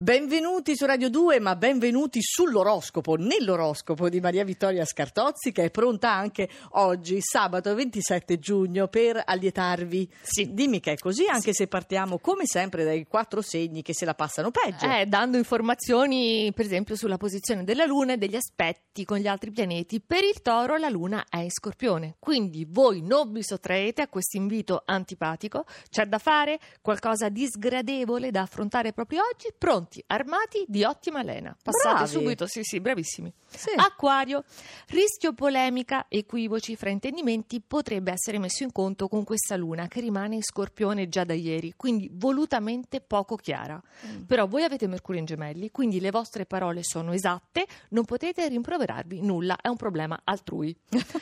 Benvenuti su Radio 2, ma benvenuti sull'oroscopo, nell'oroscopo di Maria Vittoria Scartozzi, che è pronta anche oggi, sabato 27 giugno, per allietarvi. Sì. Dimmi che è così, anche se partiamo come sempre dai 4 segni che se la passano peggio. Dando informazioni per esempio sulla posizione della Luna e degli aspetti con gli altri pianeti. Per il Toro la Luna è in Scorpione, quindi voi non vi sottraete a questo invito antipatico. C'è da fare? Qualcosa di sgradevole da affrontare proprio oggi? Pronti, armati, di ottima lena. Passate Bravi. subito, sì, bravissimi. Sì. Acquario, rischio polemica, equivoci, fraintendimenti potrebbe essere messo in conto con questa Luna che rimane in Scorpione già da ieri, quindi volutamente poco chiara. Però voi avete Mercurio in Gemelli, quindi le vostre parole sono esatte, non potete rimproverarvi nulla, è un problema altrui.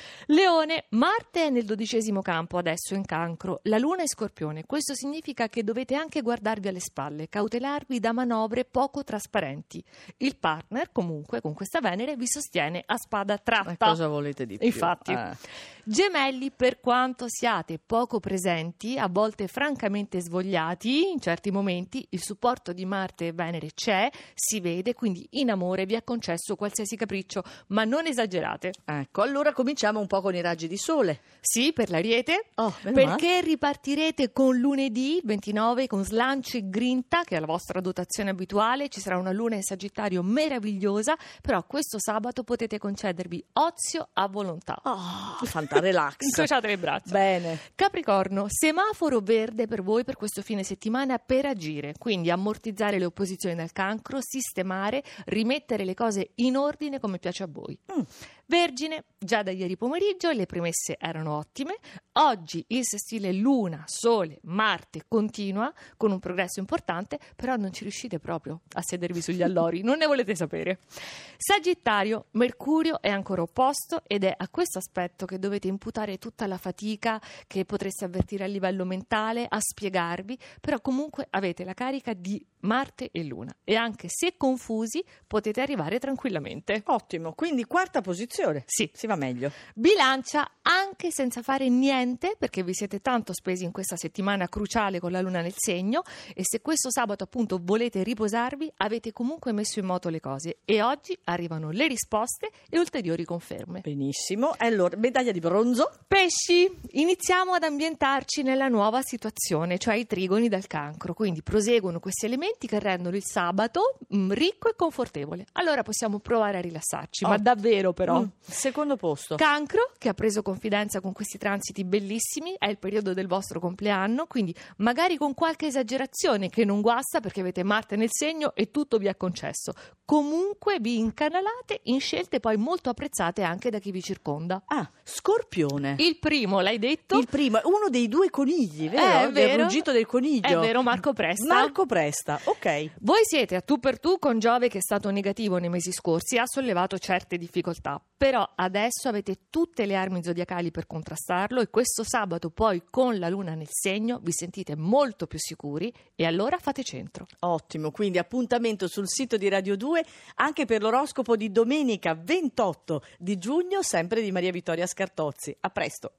Leone, Marte è nel 12° campo, adesso in Cancro, la Luna è Scorpione, questo significa che dovete anche guardarvi alle spalle, cautelarvi da manovre poco trasparenti. Il partner comunque con questa Venere vi sostiene a spada tratta. E cosa volete di più? Infatti. Gemelli, per quanto siate poco presenti, a volte francamente svogliati, in certi momenti il supporto di Marte e Venere c'è, si vede, quindi in amore vi è concesso qualsiasi capriccio, ma non esagerate. Ecco, allora cominciamo un po' con i raggi di sole. Sì, per l'Ariete, Oh, meno perché ripartirete con lunedì 29 con slancio e grinta, che è la vostra dotazione abituale, ci sarà una Luna in Sagittario meravigliosa, però questo sabato potete concedervi ozio a volontà. Fanta relax. Incrociate le braccia. Bene. Capricorno, semaforo verde per voi per questo fine settimana per agire, quindi ammortizzare le opposizioni del Cancro, sistemare, rimettere le cose in ordine come piace a voi. Vergine, già da ieri pomeriggio le premesse erano ottime, oggi il sestile Luna, Sole, Marte continua con un progresso importante, però non ci riuscite proprio a sedervi sugli allori, non ne volete sapere. Sagittario, Mercurio è ancora opposto ed è a questo aspetto che dovete imputare tutta la fatica che potreste avvertire a livello mentale, a spiegarvi, però comunque avete la carica di Marte e Luna e anche se confusi potete arrivare tranquillamente. Ottimo, quindi quarta posizione. Sì. Si va meglio. Bilancia, anche senza fare niente, perché vi siete tanto spesi in questa settimana cruciale con la Luna nel segno, e se questo sabato appunto volete riposarvi, avete comunque messo in moto le cose e oggi arrivano le risposte e ulteriori conferme. Benissimo. Allora, medaglia di bronzo. Pesci, iniziamo ad ambientarci nella nuova situazione, cioè i trigoni del Cancro, quindi proseguono questi elementi che rendono il sabato ricco e confortevole. Allora possiamo provare a rilassarci, ma davvero però. Secondo posto. Cancro, che ha preso confidenza con questi transiti bellissimi, è il periodo del vostro compleanno, quindi magari con qualche esagerazione che non guasta perché avete Marte nel segno e tutto vi è concesso. Comunque vi incanalate in scelte poi molto apprezzate anche da chi vi circonda. Scorpione. Il primo, l'hai detto? Il primo, uno dei due conigli, vero? È vero. Del ruggito del coniglio. È vero, Marco Presta. Marco Presta, ok. Voi siete a tu per tu con Giove che è stato negativo nei mesi scorsi e ha sollevato certe difficoltà, però adesso avete tutte le armi zodiacali per contrastarlo e questo sabato poi con la Luna nel segno vi sentite molto più sicuri e allora fate centro. Ottimo, quindi appuntamento sul sito di Radio 2 anche per l'oroscopo di domenica 28 di giugno, sempre di Maria Vittoria Scartozzi. A presto.